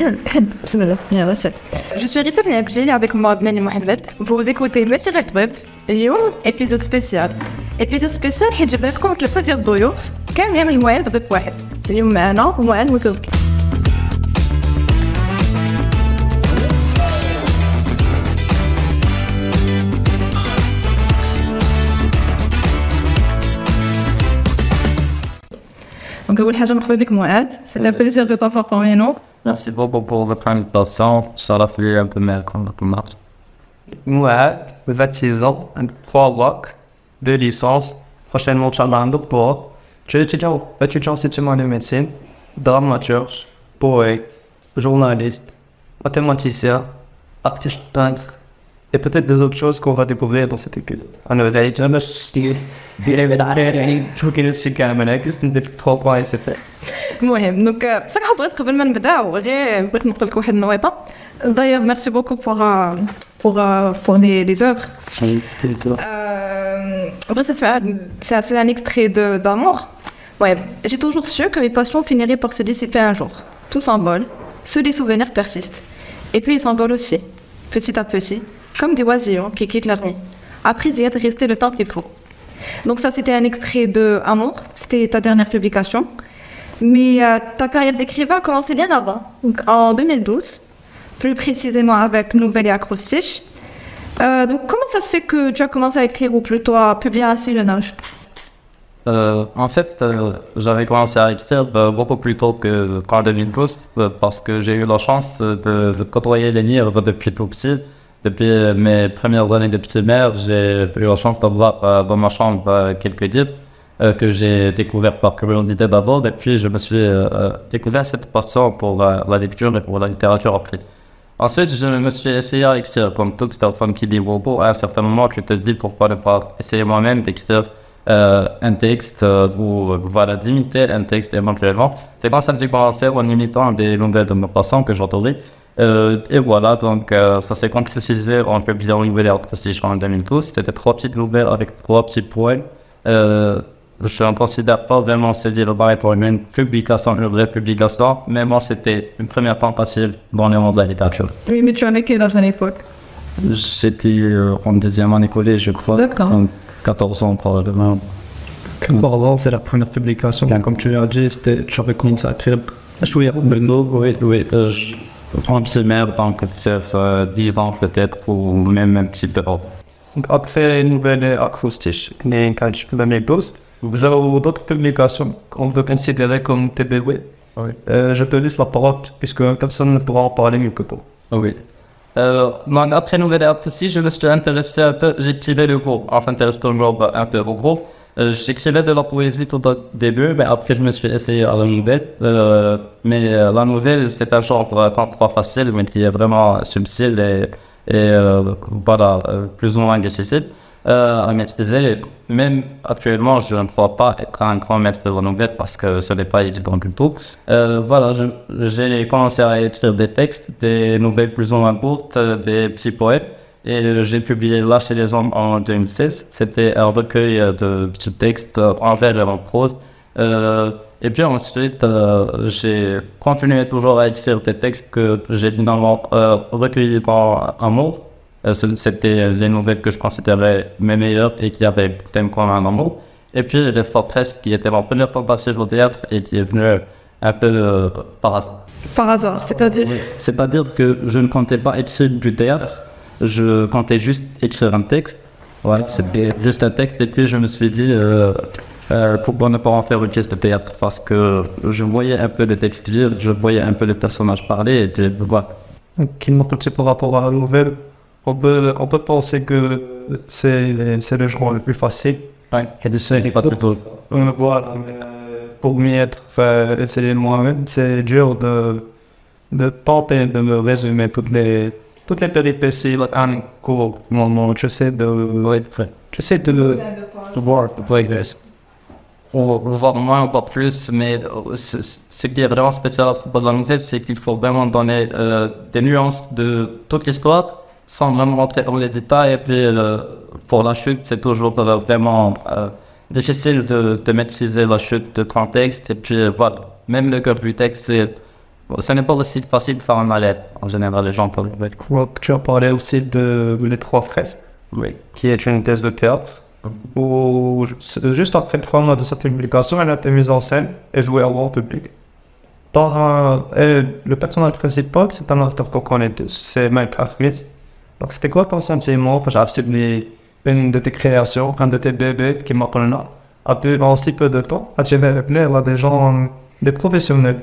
Bismillah. Yeah, that's it. Je suis Rita Benabjil avec moi Blani Mohamed. Vous écoutez Mashir Al-Tweb. اليوم épisode spécial. épisode spécial حيت جبنا لكم ثلاثة ديال الضيوف كاملين مجموعين في ضيف واحد. اليوم معنا معان وكوكي. Donc, أول حاجة مرحبا بك معاد. C'est un plaisir de t'avoir parmi nous. Merci beaucoup pour votre invitation. شرف لي أن معكم معكم. Mouad, 26 ans, 3 bacs, 2 licences, prochainement Inch'Allah un doctorat. Je suis étudiant en 7e année de médecine, dramaturge, poète, journaliste, mathématicien, artiste peintre, et peut-être des autres choses qu'on va découvrir dans cet épisode. أنا بداية أنا شتي ديري بالعربي شو كنت شي كاملة كنت ندير 3 points et c'est fait. المهم دونك بصراحة بغيت قبل ما نبداو غير بغيت نقول لك واحد النويطة. D'ailleurs, merci beaucoup pour les œuvres. C'est un extrait d'amour. Ouais, j'ai toujours su que mes passions finiraient par se dissiper un jour. Tout s'envole, seuls les souvenirs persistent. Et puis ils s'envolent aussi, petit à petit, comme des oisillons qui quittent leur nid. Après, il y a de rester le temps qu'il faut. Donc ça, c'était un extrait de Amour. C'était ta dernière publication. Mais ta carrière d'écrivain a commencé bien avant, donc en 2012. Plus précisément avec Nouvelles et Acrostiches. Donc, comment ça se fait que tu as commencé à écrire ou plutôt à publier à si jeune âge? En fait, j'avais commencé à écrire beaucoup plus tôt qu'en 2012 parce que j'ai eu la chance de côtoyer les livres depuis tout petit. Depuis mes premières années de primaire, j'ai eu la chance d'avoir dans ma chambre quelques livres que j'ai découvert par curiosité d'abord, et puis je me suis découvert cette passion pour la lecture et pour la littérature après. Ensuite, je me suis essayé à écrire, comme toute personne qui lit beaucoup. À un certain moment, tu te dis pourquoi ne pas essayer moi-même d'écrire un texte ou voilà, d'imiter un texte éventuellement. C'est comme ça que j'ai commencé en imitant des nouvelles de mes passants que j'entendais. Et voilà, donc ça s'est concrétisé en publiant Nouvelles et Acrostiches en 2012. C'était 3 petites nouvelles avec 3 petits poèmes. Je ne considère pas vraiment ce livre pour une publication, une vraie publication, mais moi c'était une première tentative dans le monde de la littérature. Oui, mais tu en es quel âge à l'époque? J'étais en 2e année collège, je crois. D'accord. 14 ans probablement. 14 ans, c'est la première publication. Comme tu l'as dit, j'avais commencé à écrire. Oui, en primaire, donc c'est 10 ans peut-être, ou même un petit peu. Donc après Nouvelles et Acrostiches, quand je fais 2012, vous avez d'autres publications qu'on peut considérer comme TBW. Oui. Je te laisse la parole puisque personne ne pourra en parler mieux que toi. Oui. Donc après Nouvelles et Acrostiches, je me suis intéressé un peu, j'écrivais le groupe, on s'intéresse toujours un peu au groupe. J'écrivais de la poésie tout au début, mais après je me suis essayé à la nouvelle. Mais la nouvelle, c'est un genre pas facile, mais qui est vraiment subtil et voilà, plus ou moins difficile à maîtriser. Même actuellement, je ne crois pas être un grand maître de la nouvelle parce que ce n'est pas évident du tout. Voilà, j'ai commencé à écrire des textes, des nouvelles plus ou moins courtes, des petits poèmes. Et j'ai publié Là chez les hommes en 2016. C'était un recueil de petits textes en vers et en prose. Et puis ensuite, j'ai continué toujours à écrire des textes que j'ai finalement recueillis dans Amour. C'était les nouvelles que je considérais mes meilleures et qui avaient un thème comme un amour. Et puis les Fortress qui était ma première tentative au théâtre et qui est venue un peu par hasard. Par hasard, c'est-à-dire? C'est-à-dire que je ne comptais pas écrire du théâtre. Je comptais juste écrire un texte. Voilà, c'était juste un texte. Et puis je me suis dit pourquoi ne pas en faire une pièce de théâtre, parce que je voyais un peu le texte vivre, je voyais un peu les personnages parler et puis voilà. Qui montre par rapport à la nouvelle, on peut penser que c'est le genre le plus facile. Ouais. Et de ce n'est pas du tout. Voilà, mais pour m'y être, essayer moi-même, c'est dur de tenter de me résumer toutes les péripéties en cours. J'essaie de voir le progrès. On voit moins, on voit plus, mais ce qui est vraiment spécial à propos de la nouvelle, c'est qu'il faut vraiment donner des nuances de toute l'histoire sans vraiment rentrer dans les détails. Et puis pour la chute, c'est toujours vraiment difficile de maîtriser la chute de ton texte. Et puis voilà, même le cœur du texte, c'est Bon, ce n'est pas aussi facile de faire un lettre. En général, les gens peuvent le faire. Tu as parlé aussi de Les Trois Fresques, Oui. qui est une pièce de théâtre, où juste après 3 mois de sa publication, elle a été mise en scène et jouée au grand public. Et le personnage principal, c'est un acteur qu'on connaît tous, c'est Mike Smith. Donc c'était quoi ton sentiment quand j'ai acheté une de tes créations, un de tes bébés qui m'appelle en si peu de temps, à à des gens, des professionnels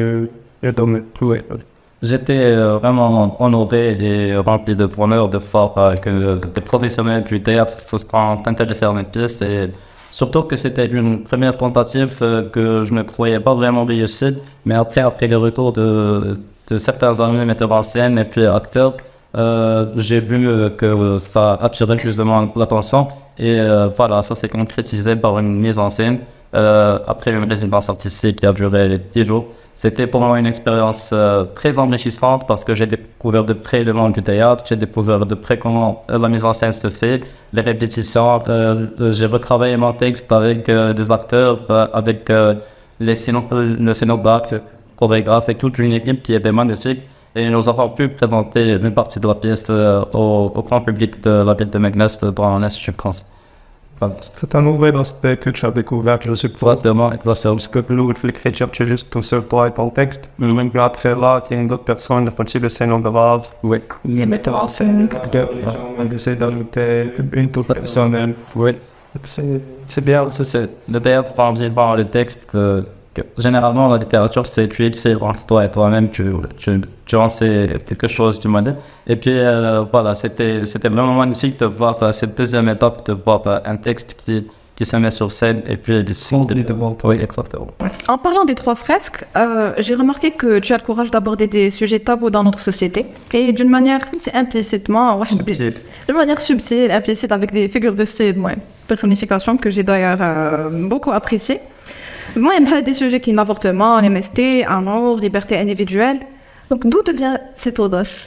du domaine. Oui. J'étais vraiment honoré et rempli de bonheur de voir que des professionnels du théâtre se sont intéressés à mes pièces et surtout que c'était une première tentative que je ne croyais pas vraiment réussir, mais après le retour de certains amis metteurs en scène et puis acteurs, j'ai vu que ça attirait plus de mon l'attention et voilà, ça s'est concrétisé par une mise en scène après une résidence artistique qui a duré 10 jours. C'était pour moi une expérience très enrichissante parce que j'ai découvert de près le monde du théâtre, j'ai découvert de près comment la mise en scène se fait, les répétitions, j'ai retravaillé mon texte avec des acteurs, avec le scénographe, le chorégraphe et toute une équipe qui était magnifique. Et nous avons pu présenter une partie de la pièce au grand public de la ville de Meknès dans l'Institut France. C'est un nouvel aspect que tu as découvert, je suppose. Exactement, exactement. Parce que l'écriture, tu es juste tout seul, toi et ton texte. Même après là, il y a une autre personne, le scénographe, Oui. les metteurs en scène, on essaie d'ajouter une touche personnelle. Oui. C'est bien. Le théâtre fait par le texte. Généralement, la littérature, c'est tu écris entre toi et toi-même, tu en sais quelque chose du monde. Et puis, voilà, c'était vraiment magnifique de voir cette deuxième étape, de voir un texte qui se met sur scène et puis devant toi. Oui, exactement. En parlant des trois fresques, j'ai remarqué que tu as le courage d'aborder des sujets tabous dans notre société et d'une manière implicitement, de manière subtile, implicite, avec des figures de style, personnification que j'ai d'ailleurs beaucoup apprécié. Moi, il y a des sujets qui sont l'avortement, l'MST, amour, liberté individuelle. Donc, d'où te vient cette audace?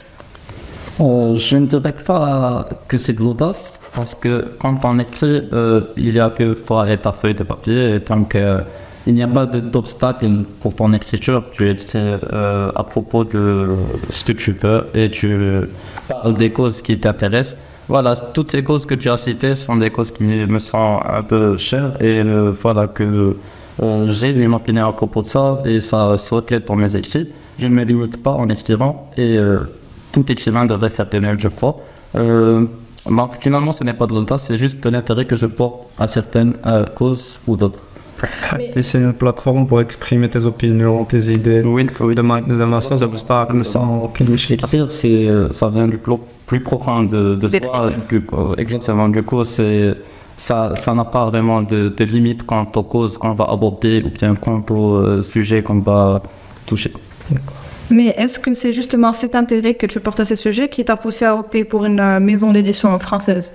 Je ne dirais pas que c'est de l'audace, parce que quand on écrit, il y a que toi et ta feuille de papier, et donc il n'y a pas d'obstacle pour ton écriture. Tu écris à propos de ce que tu veux et tu parles des causes qui t'intéressent. Voilà, toutes ces causes que tu as citées sont des causes qui me sont un peu chères et voilà que j'ai une opinion à propos de ça et ça se reflète dans mes écrits. Je ne me limite pas en écrivant et tout écrivain devrait faire de même, je crois. Donc finalement, ce n'est pas de l'audace, c'est juste de l'intérêt que je porte à certaines causes ou d'autres. Si c'est une plateforme pour exprimer tes opinions, tes idées, de manière d'obstacle, sans opinion. Écrire, ça vient du plus profond de soi. Exactement, du coup, ça n'a pas vraiment de limite quant aux causes qu'on va aborder ou bien quant aux sujets qu'on va toucher. Mais est-ce que c'est justement cet intérêt que tu portes à ces sujets qui t'a poussé à opter pour une maison d'édition française?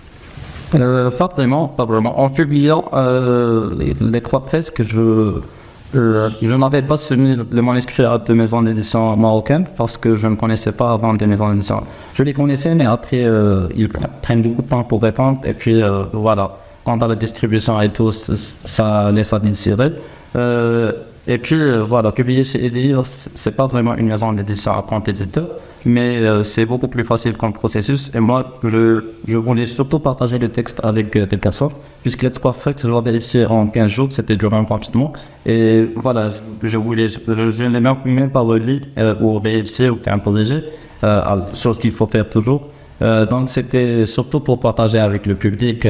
Pas vraiment. En publiant les trois fresques, je n'avais pas soumis le manuscrit à deux maisons d'édition marocaines parce que je ne connaissais pas avant des maisons d'édition. Je les connaissais, mais après, ils prennent beaucoup de temps pour répondre. Et puis, voilà, quant à la distribution et tout, ça laisse à désirer. Et puis, voilà, publier chez Elire, c'est pas vraiment une maison d'édition à compte éditeur, mais c'est beaucoup plus facile comme processus. Et moi, je voulais surtout partager le texte avec des personnes, puisque les trois fresques, je l'ai vérifié en 15 jours, c'était durant un confinement. Et voilà, je ne l'ai même pas relu ou vérifié ou corrigé, chose qu'il faut faire toujours. Donc, c'était surtout pour partager avec le public.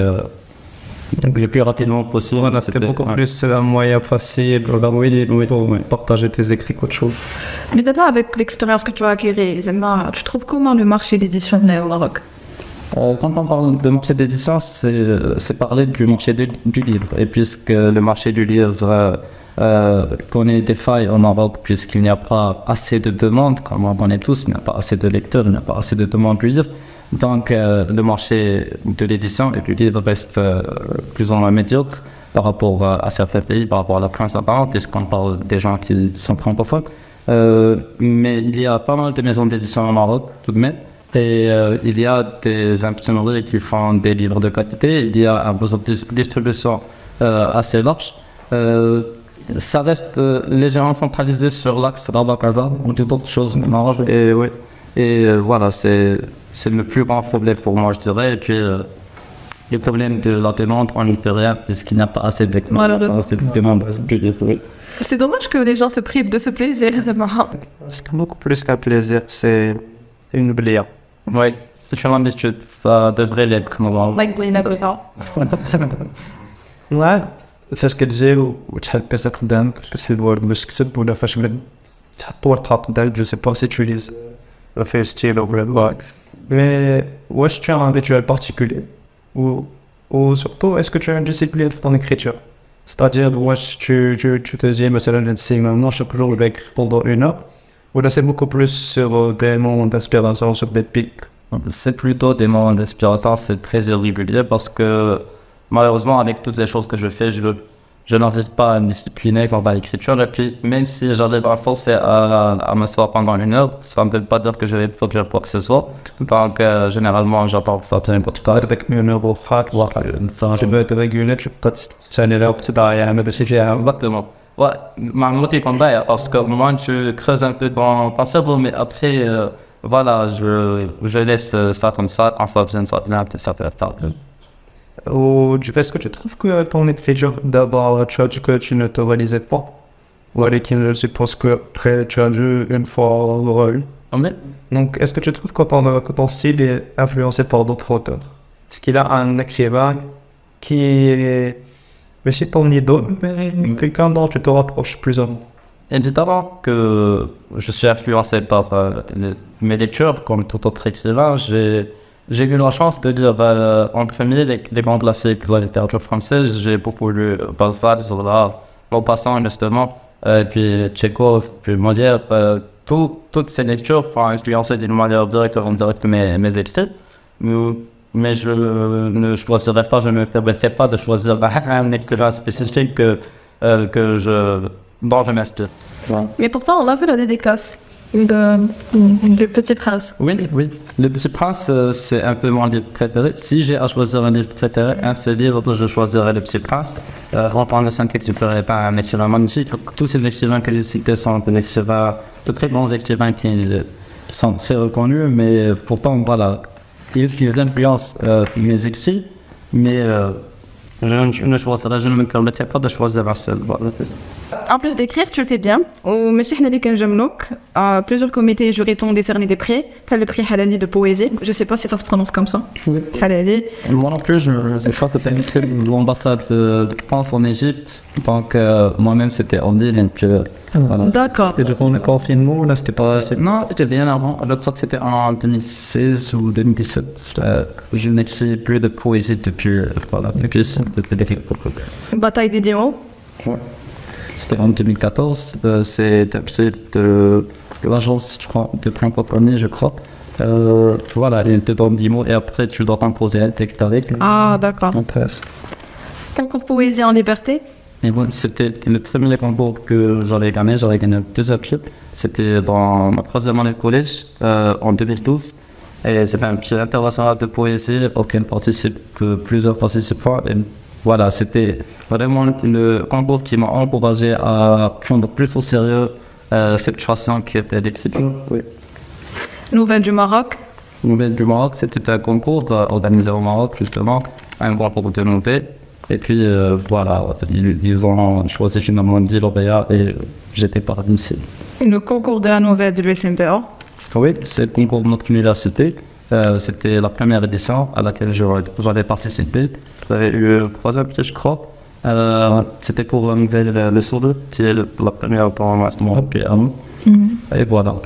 Le plus rapidement possible. Voilà, c'était beaucoup plus un moyen facile pour partager tes écrits qu'autre chose. Mais d'abord, avec l'expérience que tu as acquérie, Zemma, tu trouves comment le marché d'édition au Maroc? Quand on parle de marché d'édition, c'est parler du marché du livre. Et puisque le marché du livre connaît des failles au Maroc, puisqu'il n'y a pas assez de demandes, comme on connaît tous, il n'y a pas assez de lecteurs, il n'y a pas assez de demandes du livre. Donc le marché de l'édition et du livre reste plus ou moins médiocre par rapport à certains pays, par rapport à la France apparemment, puisqu'on parle des gens qui sont francophones. Mais il y a pas mal de maisons d'édition au Maroc tout de même. Et il y a des imprimeries qui font des livres de qualité, il y a un besoin de distribution assez large. ça reste légèrement centralisé sur l'axe Rabat-Casa, ou d'autres choses maintenant. Et oui, voilà, c'est le plus grand problème pour moi, je dirais. Et puis, le problème de la demande en littéraire, puisqu'il n'y a pas assez de demande. C'est dommage que les gens se privent de ce plaisir, c'est marrant. C'est beaucoup plus qu'un plaisir, c'est une blessure. Oui, c'est une habitude, ça devrait l'être normalement. Like doing everything. Ouais, فاش كتجي وتحل بيسة قدامك كتحل الورد باش تكتب ولا فاش تحط ورد قدامك جو سي با سي tu utilises le fait style ou le bloc. Mais wesh tu as un rituel particulier ou surtout est-ce que tu as une discipline dans ton écriture? C'est-à-dire wesh tu te dis مثلا c'est maintenant chaque jour je vais écrire pendant 1 heure ou là c'est beaucoup plus sur des moments d'inspiration, sur des pics? C'est plutôt des moments d'inspiration, c'est très irrégulier parce que malheureusement, avec toutes les choses que je fais, je n'arrive pas à me discipliner dans l'écriture. Et puis, même si j'arrive à forcer à m'asseoir pendant 1 heure, ça ne veut pas dire que je vais produire quoi que ce soit. Donc, généralement, j'attends que ça tienne pour tout à l'heure. Avec 1 heure au frac, tu veux être régulier, tu peux t'aller là où tu dois aller, mais c'est exactement. Ouais, ma moitié comme ça, parce que moi, je creuse un peu dans ton cerveau, mais après, voilà, je laisse ça comme ça, quand ça vient, ça fait faire. Ou est-ce que tu trouves que ton écriture d'abord que tu ne te réalisais pas? Ou avec je suppose que après tu as joué une fois le rôle. Donc est-ce que tu trouves que ton style est influencé par d'autres auteurs? Est-ce qu'il y a un écrivain qui est c'est ton idole, mais quelqu'un dont tu te rapproches plus ou moins? Évidemment que je suis influencé par mes lectures, comme tout autre écrivain. J'ai eu la chance de lire en premier les grands classiques de la littérature française. J'ai beaucoup lu Balzac, Zola, Maupassant justement, puis Tchekhov, puis Molière. Toutes ces lectures ont influencé d'une manière directe ou indirecte mes écrits. Mais je ne choisirais pas, je ne me permettrais pas de choisir un écrivain spécifique dont je m'inspire. Ouais. Mais pourtant, on a vu la dédicace. Le Petit Prince. Oui. Le Petit Prince, c'est un peu mon livre préféré. Si j'ai à choisir un livre préféré, un seul livre, je choisirais Le Petit Prince. Antoine de Saint-Exupéry est un écrivain magnifique. Tous ces écrivains que j'ai cités sont des écrivains, de très bons écrivains qui sont très reconnus, mais pourtant, voilà, ils influencent mes écrits, mais je ne me permettrais pas de choisir un seul. Voilà, c'est ça. En plus d'écrire, tu le fais bien. Plusieurs comités et jurys t'ont décerné des prix. T'as le prix Halali de poésie. Je ne sais pas si ça se prononce comme ça. Oui. Halali. Moi non plus, je ne sais pas. C'était l'ambassade de France en Égypte. Donc moi-même, c'était en ligne. Voilà. D'accord. C'était devant le confinement ou là, c'était pas... Non, c'était bien avant. Je crois que c'était en 2016 ou 2017. Je n'écris plus de poésie depuis... Voilà, Bataille des diamants. Ouais. C'était en 2014. C'est un prix de l'agence de francophonie, je crois. Voilà, il te donne 10 mots et après tu dois composer un texte avec. Ah, d'accord. Concours poésie en liberté. Et bon, c'était le premier concours que j'avais gagné 2 prix. C'était dans ma 3e année de collège, en 2012. Et c'est un prix international de poésie auquel participent plusieurs participants. Et voilà, c'était vraiment le concours qui m'a encouragé à prendre plus au sérieux cette création qui était l'écriture. Oui. Nouvelle du Maroc. Nouvelle du Maroc, c'était un concours organisé au Maroc, justement, un concours de nouvelles. Et puis voilà, ils ont choisi finalement 10 lauréats et j'étais parmi ici. Le concours de la nouvelle de l'USMPA. Oui, c'est le concours de notre université. C'était la première édition à laquelle j'avais participé. J'avais eu 3e prix, je crois. C'était pour la nouvelle Le Sourd, qui est la première dans mon pays. Et voilà.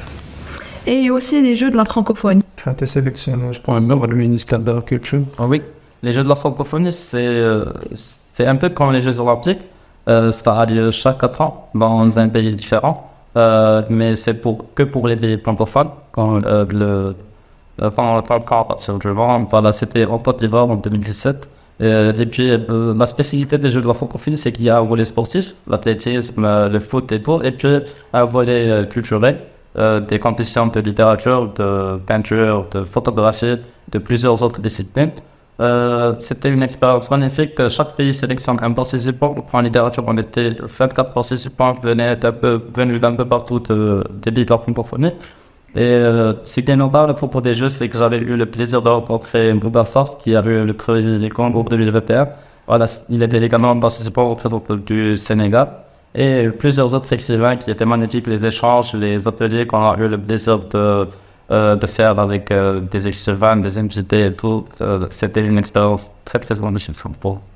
Et aussi les Jeux de la francophonie. Tu as été sélectionné, je pense, par le ministère de la Culture. Oui, les Jeux de la francophonie, c'est un peu comme les Jeux olympiques. Ça a lieu chaque 4 ans dans un pays différent. Mais c'est que pour les pays francophones. Voilà, c'était en Côte d'Ivoire en 2017. Et puis, la spécialité des Jeux de la francophonie, c'est qu'il y a un volet sportif, l'athlétisme, le foot et tout, et puis un volet culturel, des compétitions de littérature, de peinture, de photographie, de plusieurs autres disciplines. C'était une expérience magnifique. Chaque pays sélectionne un participant. En littérature, on était 24 participants venus d'un peu partout des pays de la francophonie. Et ce qui est notable à propos des Jeux, c'est que j'avais eu le plaisir de rencontrer Bouba Sarr, qui a eu le prix des Congo 2021. Voilà, il était également un participant représentant du Sénégal. Et plusieurs autres écrivains qui étaient magnifiques, les échanges, les ateliers qu'on a eu le plaisir de faire avec des écrivains, des invités et tout. C'était une expérience très très enrichissante pour moi.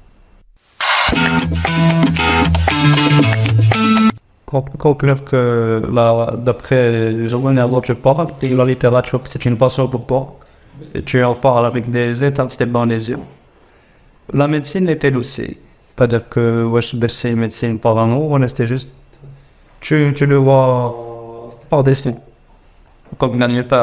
Conclure que d'après les journaux dont tu parles, la littérature, c'est une passion pour toi. Et tu en parles avec des étincelles dans les yeux. La médecine l'est-elle aussi. C'est-à-dire que ouais, je fais médecine par amour, on était juste. Tu le vois par défaut. Comme mammifère,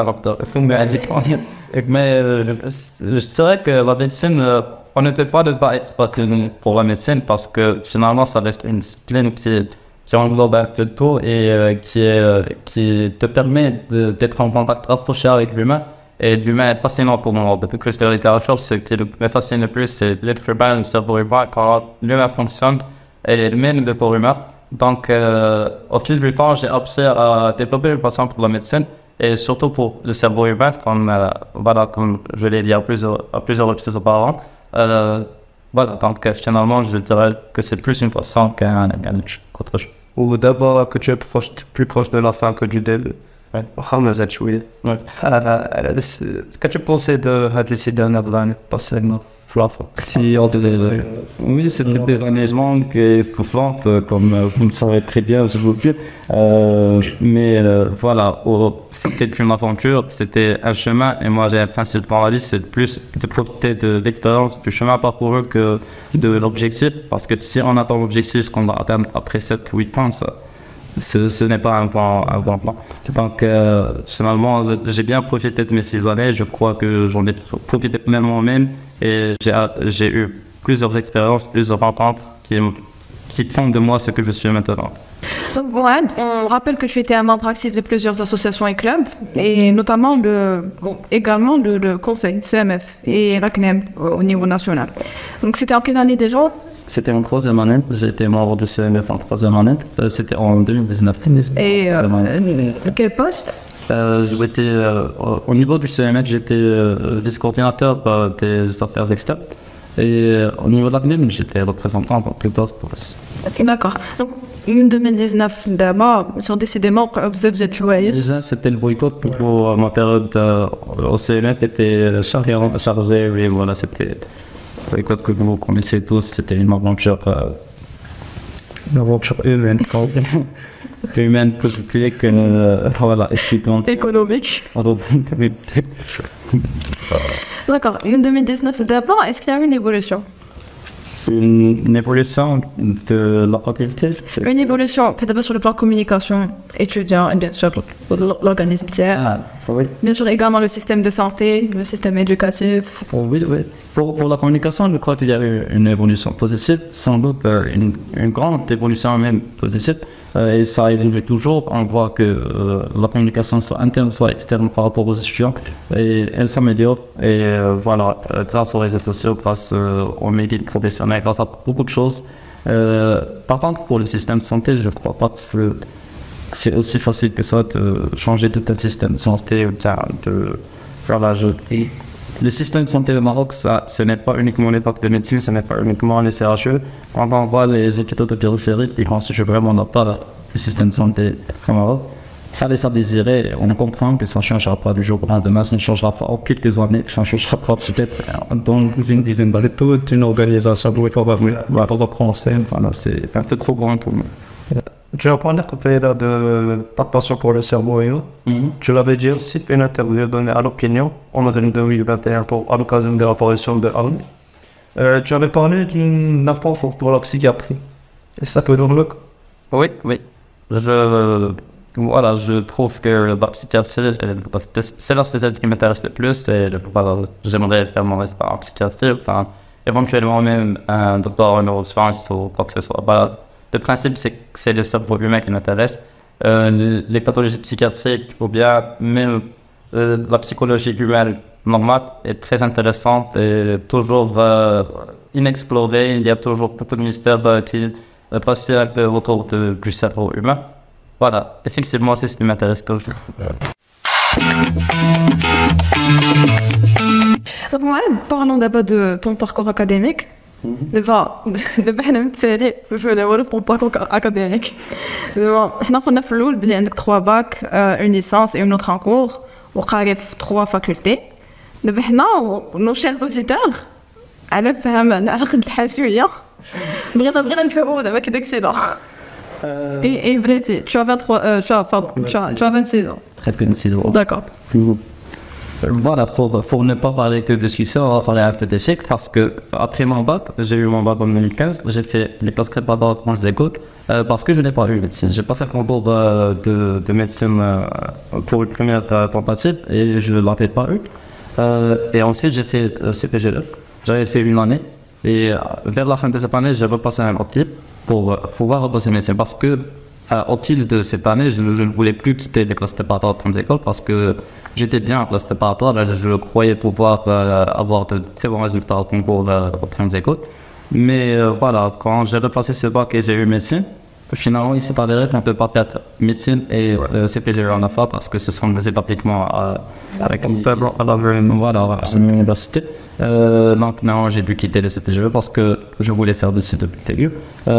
mais je dirais que la médecine, on ne peut pas ne pas être passionné pour la médecine parce que finalement ça reste une discipline qui englobe un peu de tout et qui te permet d'être en contact rapproché avec l'humain. Et l'humain est fascinant pour moi. Depuis que je fais la littérature, ce qui me fascine le plus, c'est l'être humain, le cerveau humain, quand l'humain fonctionne et même le corps humain. Donc, au fil du temps, j'ai appris à développer une passion pour la médecine et surtout pour le cerveau humain, comme je l'ai dit à plusieurs reprises auparavant. Voilà, donc finalement, je dirais que c'est plus une passion qu'autre chose. Ou d'abord que tu es plus proche de la fin que du début. Ouais. Oui. Ce que tu pensais de ces dernières années, personnellement? Oui, c'est des années longues et soufflantes, comme vous le savez très bien, je vous dis. Mais voilà, c'était une aventure, c'était un chemin, et moi j'ai un principe dans la vie, c'est plus de profiter de l'expérience du chemin parcouru que de l'objectif, parce que si on attend l'objectif qu'on va atteindre après 7 ou 8 ans, ce n'est pas un bon plan. Donc, finalement, j'ai bien profité de mes 6 années. Je crois que j'en ai profité pleinement même. Et j'ai eu plusieurs expériences, plusieurs rencontres qui font de moi ce que je suis maintenant. Donc, Mohamed, on rappelle que tu étais un membre actif de plusieurs associations et clubs, et notamment également le conseil CMF et la CNEM au niveau national. Donc, c'était en quelle année déjà? C'était en 3e année. J'étais membre du CMF en 3e année. C'était en 2019. Et quel poste? Au niveau du CMF, j'étais vice-coordinateur des affaires externes. Et au niveau de la CNEM, j'étais représentant pour plus d'autres postes. D'accord. Donc, en 2019, d'abord, décidément, vous êtes loyal. C'était le boycott pour ma période au CMF était chargé, oui, voilà, c'était le boycott que vous connaissez tous, c'était une aventure humaine. Humaine, politique, voilà, économique. D'accord. En 2019, d'abord, est-ce qu'il y a eu une évolution? Une évolution de la faculté? Une évolution, peut-être sur le plan communication, étudiant, et bien sûr l'organisme tiers. Ah, oui. Bien sûr également le système de santé, le système éducatif. Oui, oui. Pour la communication, je crois qu'il y a eu une évolution positive, sans doute une grande évolution même positive. Et ça évolue toujours. On voit que la communication soit interne, soit externe par rapport aux étudiants. Et elle s'améliore. Et voilà, grâce aux réseaux sociaux, grâce aux médias professionnels, grâce à beaucoup de choses. Par contre, pour le système de santé, je ne crois pas que c'est aussi facile que ça de changer tout un système de santé. Le système de santé au Maroc, ce n'est pas uniquement les facs de médecine, ce n'est pas uniquement les CHE. Quand on voit les hôpitaux de périphérie, ils constituent vraiment pas le système de santé au Maroc. Ça laisse à désirer. On comprend que ça ne changera pas du jour au lendemain, ça ne changera pas en quelques années, ça ne changera pas peut-être dans une dizaine d'années. Toute une organisation pour reprendre scène, voilà, c'est un peu trop grand pour nous. Tu vas prendre de ta passion pour le cerveau et tu l'avais dit aussi, une interview donnée à l'opinion en 2021 à l'occasion de l'apparition de Arne. Tu avais parlé d'une importance pour la psychiatrie. Et ça peut donc le cas? Oui, oui. Je trouve que la psychiatrie, c'est la spécialité qui m'intéresse le plus. J'aimerais faire mon reste en psychiatrie, éventuellement même un doctorat en neurosciences ou quoi que ce soit. Le principe, c'est que c'est le cerveau humain qui m'intéresse. Les pathologies psychiatriques ou bien même la psychologie humaine normale et très intéressante et toujours inexplorée. Il y a toujours beaucoup de mystères qui passent un peu autour du cerveau humain. Voilà, effectivement, c'est ce qui m'intéresse toujours. Donc, moi, parlons d'abord de ton parcours académique. دابا حنا مثالي ما والو في باركور اكاديميك. دابا حنا قلنا في الاول بلي عندك 3 باك اون ليسانس اي اون اوتر ان كور وقاري في 3 فاكولتي. دابا حنا نو شيرز اوديتور على فهم على قد الحال شويه بغينا نفهموا زعما كي داكشي لا. اي بلاتي tu as 23 tu as 26 ans. Presque une saison. D'accord. Voilà, pour ne pas parler que de succès, on va parler un peu d'échecs parce que après mon bac, j'ai eu mon bac en 2015, j'ai fait les classes préparatoires de France d'école parce que je n'ai pas eu médecine. J'ai passé un concours de médecine pour une première tentative et je ne l'avais pas eu. Et ensuite, j'ai fait CPGE. J'avais fait une année et vers la fin de cette année, j'ai repassé un autre type pour pouvoir repasser médecine parce que au fil de cette année, je ne voulais plus quitter les classes préparatoires de grandes écoles parce que j'étais bien en classe préparatoire. Je croyais pouvoir avoir de très bons résultats au concours aux grandes écoles. Mais voilà, quand j'ai repassé ce bac et j'ai eu médecine, finalement, il s'est avéré qu'on ne peut pas faire médecine et CPGE en AFA parce que ce sont des établissements avec une faible voilà, c'est une université. Donc, non, j'ai dû quitter le CPGE parce que je voulais faire des sites de début.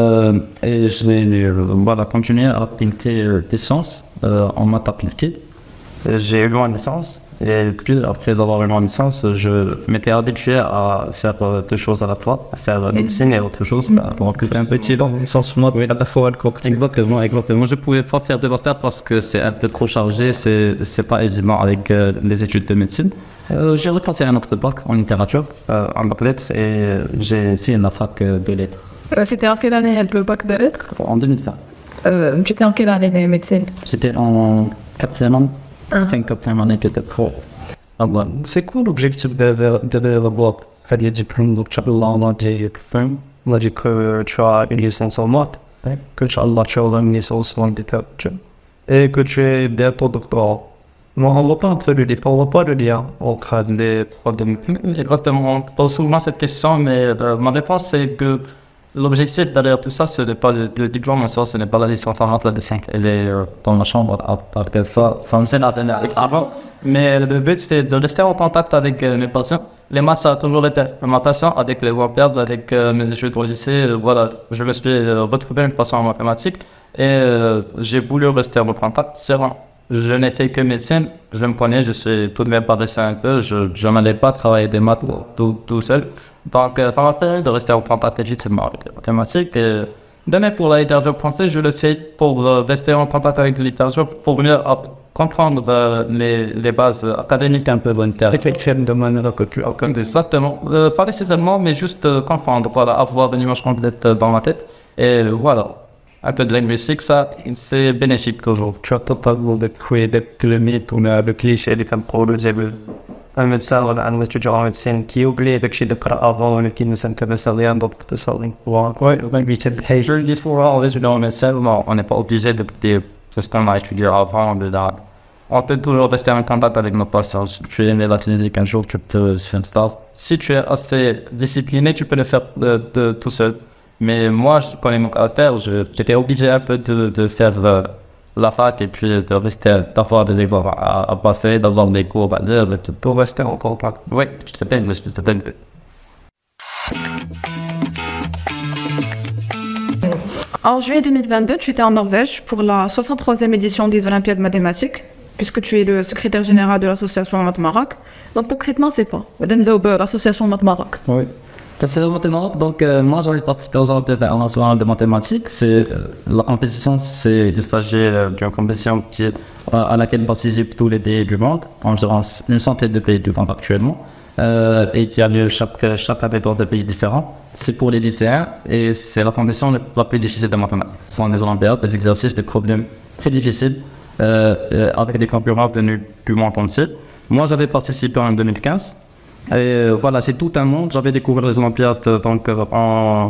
Et je vais voilà, continuer à appliquer des sciences en maths appliquées. J'ai eu mon licence et puis après avoir eu mon licence, je m'étais habitué à faire deux choses à la fois, à faire médecine et autre chose. Donc c'est un petit long licence pour moi, oui, à la fois exactement. Je pouvais pas faire de master parce que c'est un peu trop chargé, c'est pas évident avec les études de médecine. J'ai repassé un autre bac en littérature, en bac lettres et j'ai essayé la fac de lettres. C'était en quelle année le bac de lettres? En 2020. Tu étais en quelle année de médecine? C'était en 4e année. Quatrième année peut-être. C'est quoi l'objectif de l'avoir fait des diplômes donc tu as on a dit que tu as une licence en maths, que tu as une licence en littérature et que tu es bientôt doctorat. Non, on ne voit pas on voit pas le lien entre les trois domaines. Exactement, on pose souvent cette question, mais ma réponse c'est que l'objectif derrière tout ça, ce n'est pas le diplôme en soi, ce n'est pas la licence en maths, la dessin. Elle est dans la chambre, après ça me sert à tenir avec avant. Mais le but, c'est de rester en contact avec mes patients. Les maths, ça a toujours été ma passion, avec les Olympiades, avec mes études au lycée. Voilà, je me suis retrouvé une passion en mathématiques et j'ai voulu rester en contact. C'est vrai. Je n'ai fait que médecine, je me connais, je suis tout de même paresseux un peu, je n'allais pas travailler des maths tout seul. Donc ça m'a permis de rester en contact légitimement avec les mathématiques. Et de même pour la littérature française, je le sais pour rester en contact avec la littérature, pour mieux comprendre les bases académiques un peu volontaires. De manière que tu as exactement, pas nécessairement, mais juste comprendre, voilà, avoir une image complète dans la tête. Et voilà. Un peu de linguistique, ça, c'est bénéfique toujours. Tu as totalement détruit le mythe ou le cliché des femmes pro, un médecin ou un étudiant en médecine qui oublie de ce avant et qui ne s'intéresse à rien d'autre que ça. Oui, je le dis souvent aux étudiants en médecine, on n'est pas obligé de dire ce qu'on a étudié avant. On peut toujours rester en contact avec nos patients. Si tu es la physique un jour, tu peux faire ça. Si tu es assez discipliné, tu peux le faire tout seul. Mais moi, je connais mon caractère, j'étais obligé un peu de faire la fac et puis de rester, d'avoir des examens à passer, d'avoir des cours à l'heure, pour rester en contact. Oui, je te plaît. En juillet 2022, tu étais en Norvège pour la 63e édition des Olympiades mathématiques, puisque tu es le secrétaire général de l'association Math Maroc. Donc concrètement, c'est quoi l'association Math Maroc? Oui. C'est le Maroc, donc moi j'avais participé aux Olympiades internationales de mathématiques. La compétition, il s'agit d'une compétition à laquelle participent tous les pays du monde, environ une centaine de pays du monde actuellement, et qui a lieu chaque année dans des pays différents. C'est pour les lycéens et c'est la compétition la plus difficile de mathématiques. Ce sont des Olympiades, des exercices, des problèmes très difficiles, avec des concurrents venus du monde entier. Moi j'avais participé en 2015. Et voilà, c'est tout un monde. J'avais découvert les Olympiades donc, en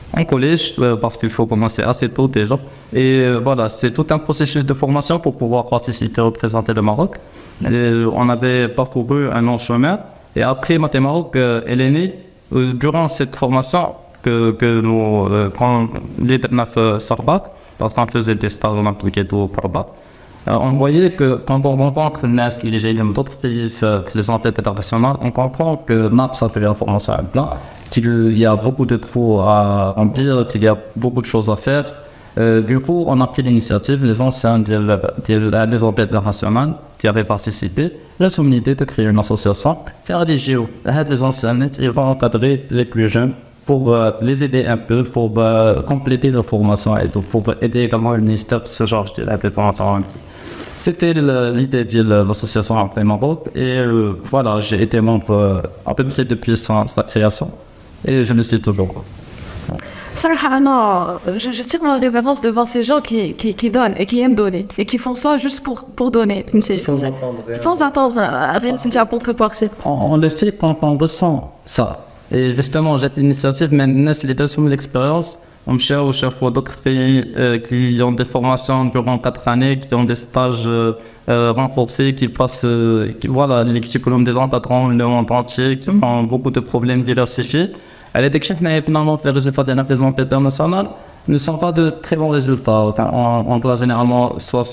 en collège, parce qu'il faut commencer assez tôt déjà. Et voilà, c'est tout un processus de formation pour pouvoir participer, représenter le Maroc. Et on avait parcouru un long chemin. Et après Maté Maroc, elle est née durant cette formation que nous, quand l'État fait Sarbac, parce qu'on faisait des stages en appliqué tout par bac. On voyait que quand on rencontre NAS qui est d'autres pays, les enquêtes internationales, on comprend que MAPS a fait l'information à plan, qu'il y a beaucoup de trous à remplir, qu'il y a beaucoup de choses à faire. Du coup, on a pris l'initiative, les anciens des enquêtes internationales qui avaient participé, la l'idée de créer une association, faire des JO. Les anciens, ils vont encadrer les plus jeunes pour les aider un peu, pour compléter leur formation et tout, pour aider également le ministère de ce genre de formation. C'était l'idée de l'association Après Maroc et voilà, j'ai été membre à peu près depuis sa création et je le suis toujours. صراحة أنا je tire ma révérence devant ces gens qui donnent et qui aiment donner et qui font ça juste pour donner. Sans attendre rien de contrepartie. On le fait quand on ressent ça. Et justement, j'ai l'initiative, maintenant, les sur l'expérience. On cherche chaque fois d'autres pays qui ont des formations durant 4 années, qui ont des stages renforcés, qui passent, voilà, les diplômes des encadrants le monde entier, qui font beaucoup de problèmes diversifiés. Elle est déclarée finalement que les résultats des enquêtes internationales ne sont pas de très bons résultats. On doit généralement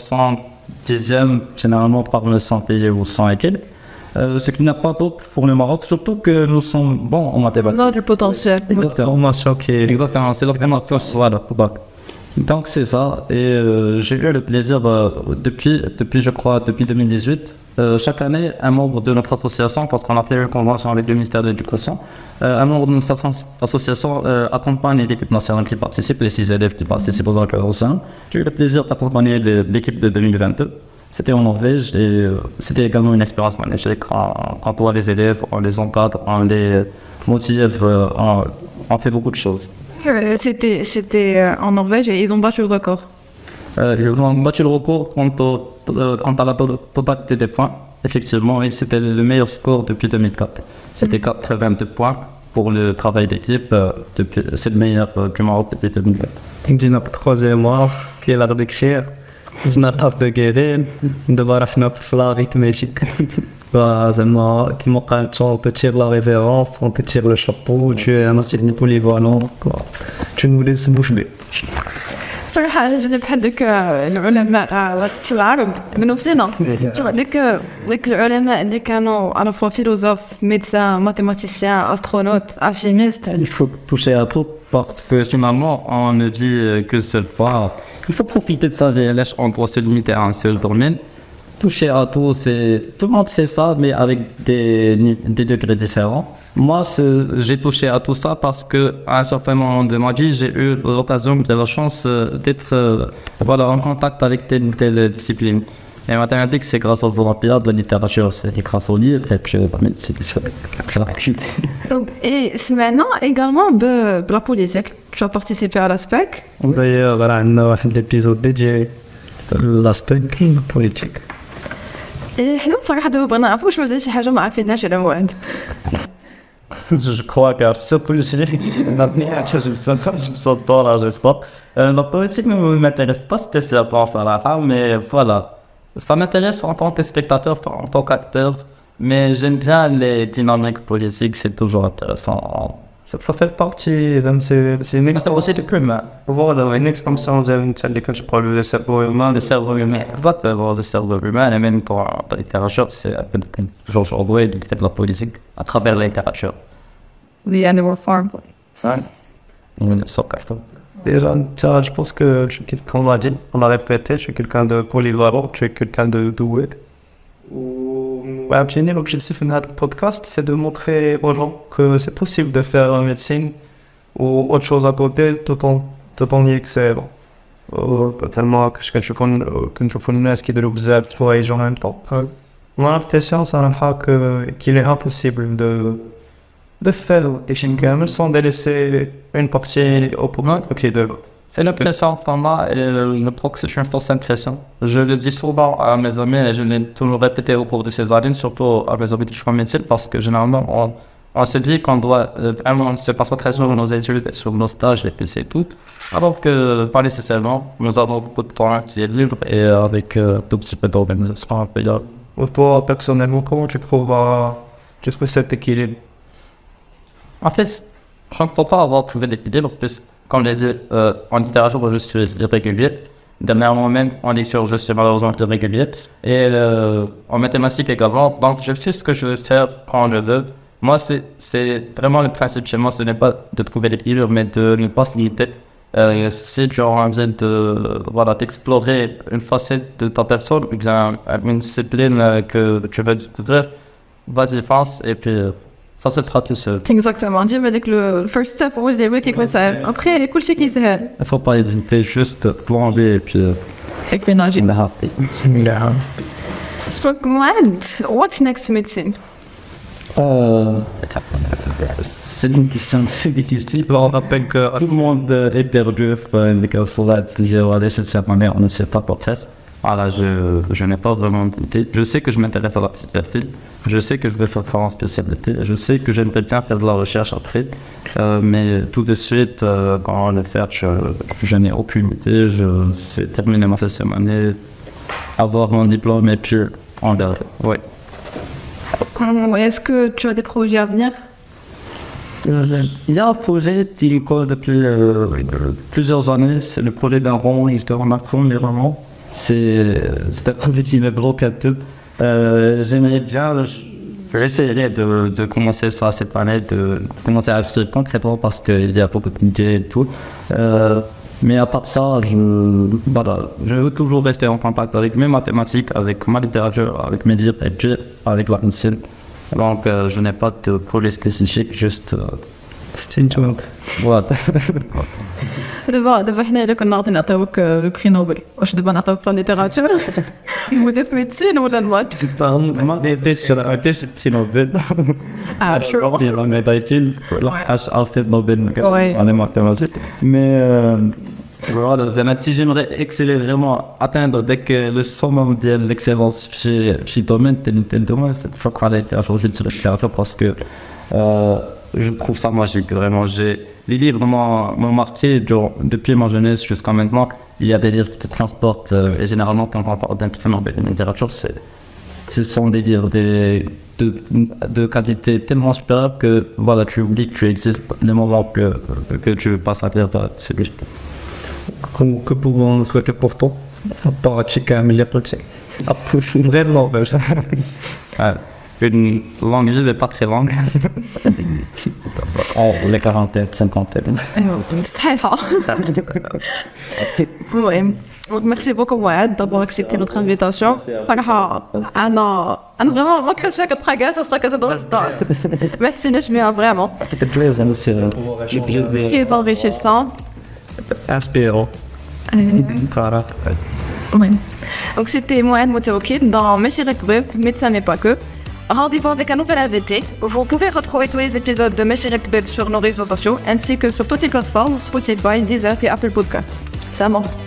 70e, généralement parmi 100 pays ou 100 et quelques. Ce qui n'a pas top pour le Maroc, surtout que nous sommes bons en mathématiques. On a du potentiel. Exactement, c'est vraiment force, voilà, pour bac. Donc c'est ça, et j'ai eu le plaisir depuis je crois, depuis 2018, chaque année, un membre de notre association, parce qu'on a fait une convention avec le ministère de l'Éducation, un membre de notre association accompagne l'équipe nationale qui participe, les 6 élèves qui participent aux conventions. J'ai eu le plaisir d'accompagner l'équipe de 2022. C'était en Norvège et c'était également une expérience magnifique. Quand on voit les élèves, on les encadre, on les motive, on fait beaucoup de choses. C'était en Norvège et ils ont battu le record. Ils ont battu le record quant à la totalité des points. Effectivement, et c'était le meilleur score depuis 2004. C'était 82 points pour le travail d'équipe. C'est le meilleur du Maroc depuis 2004. نجي نبقى troisième mois في الأرض كشير نلعب بقيرين دابا رحنا في l'arithmétique زعما كيما قال on peut tirer la révérence, on peut tirer le chapeau, tu es un artiste polyvalent, tu nous laisses bouche bée. صراحة أنا بحال ديك العلماء العرب من وسينا ديك العلماء اللي كانوا على فوا فيلوزوف ميدسان ماتيماتيسيان أسترونوت ألشيميست. Il faut toucher à tout parce que finalement on ne vit que seule fois. Il faut profiter de sa vie, on doit se limiter à un seul domaine. Toucher à tout, tout le monde fait ça, mais avec des degrés différents. Moi, j'ai touché à tout ça parce que à un certain moment de ma vie, j'ai eu l'occasion, la chance d'être en contact avec telle discipline. Et la mathématique, c'est grâce aux Olympiades, la littérature, c'est grâce aux livres, et puis la médecine, c'est la faculté. Et maintenant, également, de la politique. Tu as participé à l'ASPEC. D'ailleurs, voilà, on a un épisode dédié à l'ASPEC politique. حنا صراحة دابا بغينا نعرفوا واش مازال شي حاجة ما عارفينهاش على مواد. Je crois que surtout le Chili, je me sens pas là, je crois. La politique ne m'intéresse pas spécialement à la fin, mais voilà. Ça m'intéresse en tant que spectateur, en tant qu'acteur, mais j'aime bien les dynamiques politiques, c'est toujours intéressant. Ça fait partie, c'est une extension de l'humain. Voilà, une extension de celle que je parle, le cerveau humain. Le cerveau humain, exactement, le cerveau humain, et même pour la littérature, c'est un peu Georges Orwell qui fait de la politique à travers la littérature. The Animal Farm. Ça, en 1980. Déjà, je pense que je suis quelqu'un, on l'a dit, on l'a répété, je suis quelqu'un de polyvalent, je suis quelqu'un de doué. L'objectif de notre podcast, c'est de montrer aux gens que c'est possible de faire la médecine ou autre chose à côté tout en y excellent. Tellement que je connais ce qui est de l'observer pour les gens en même temps. On a l'impression qu'il est impossible de faire des chimères sans délaisser une partie au premier côté de l'autre. C'est l'impression pour moi, et je crois que c'est une fausse impression. Je le dis souvent à mes amis et je l'ai toujours répété au cours de ces années, surtout à mes amis qui font médecine, parce que généralement on se dit qu'on doit vraiment se concentrer sur nos études, sur nos stages et puis c'est tout. Alors que pas nécessairement, nous avons beaucoup de temps qui est libre et avec un tout petit peu d'organisation un peu. Toi, personnellement, comment tu trouves cet équilibre? En fait, je ne crois pas avoir trouvé d'équilibre, puisque, comme je l'ai dit, en littérature, je suis irrégulier. Dernièrement même, en lecture, je suis malheureusement irrégulier. Et en mathématiques également. Donc, je fais ce que je veux faire quand je veux. Moi, c'est vraiment le principe chez moi, ce n'est pas de trouver l'équilibre, mais de ne pas se limiter. Si tu as envie d'explorer une facette de ta personne, ou bien une discipline que tu veux découvrir, vas-y, fonce, et puis ça se fera tout seul. Exactement. Dieu me dit que le first step, oui, je l'ai comme ça. Après, les couches qui s'aiment. Il ne faut pas hésiter, juste plonger et puis... Et puis nager. Yeah. So, Mohamed, what's next to medicine? C'est une question très difficile. On rappelle que Tout le monde est perdu, mais qu'il faut aller chez cette manière, on ne sait pas pour faire. Voilà, je n'ai pas vraiment d'idée. Je sais que je m'intéresse à la psychiatrie, je sais que je vais faire en spécialité, je sais que j'aimerais bien faire de la recherche après, mais tout de suite, quand on le fait, je n'ai aucune idée. Je vais terminer ma 6e année, avoir mon diplôme et puis on verra. Ouais. Est-ce que tu as des projets à venir? Il y a un projet qui court depuis plusieurs années, c'est le projet d'un roman, histoire d'un fond, les romans. C'est un projet qui me bloque un peu. J'aimerais bien, j'essaierai de commencer ça cette année, de commencer à écrire concrètement parce qu'il y a beaucoup d'idées et tout. Mais à part ça, je veux toujours rester en contact avec mes mathématiques, avec ma littérature, avec mes livres et puis avec la médecine. Donc je n'ai pas de projet spécifique, juste... stay tuned. voilà. دابا حنا الا كنا غادي نعطيوك لو بري نوبل واش دابا نعطيوك في الليتيراتور ولا في ميديسين ولا المات؟ ما ديتش في نوبل. sure. Il y a une médaille fil, Alfred Nobel, Ouais. en mathématiques. Mais voilà, si j'aimerais exceller vraiment, atteindre dès que le summum de l'excellence chez tel domaine, c'est je crois la littérature, je dirais littérature parce que je trouve ça magique, vraiment. Les livres m'ont marqué depuis ma jeunesse jusqu'à maintenant. Il y a des livres qui te transportent et généralement quand on parle d'un prix Nobel de littérature, ce sont des livres de qualité tellement supérieure que voilà, tu oublies que tu existes le moment que tu passes à lire ces livres. Que pouvons-nous souhaiter pour toi? À part checker améliorer le vraiment, Une longue vie, mais pas très longue. Les quarantaines, cinquantaines. صحيحة. المهم ميرسي بوكو موعد d'avoir accepté notre invitation. صراحة أنا vraiment ما كنتش كنتبقى أصلا كتهضر الصداع. ميرسي نجميها vraiment. C'était plaisir, c'est Très enrichissant. inspirant. Voilà. المهم. Donc c'était Mohamed Moutaoukil dans Meshir Ekbeb, médecin n'est pas que. Rendez-vous avec un nouvel invité. Vous pouvez retrouver tous les épisodes de Meshir Ekbeb sur nos réseaux sociaux ainsi que sur toutes les plateformes Spotify, Deezer et Apple Podcasts. C'est à moi.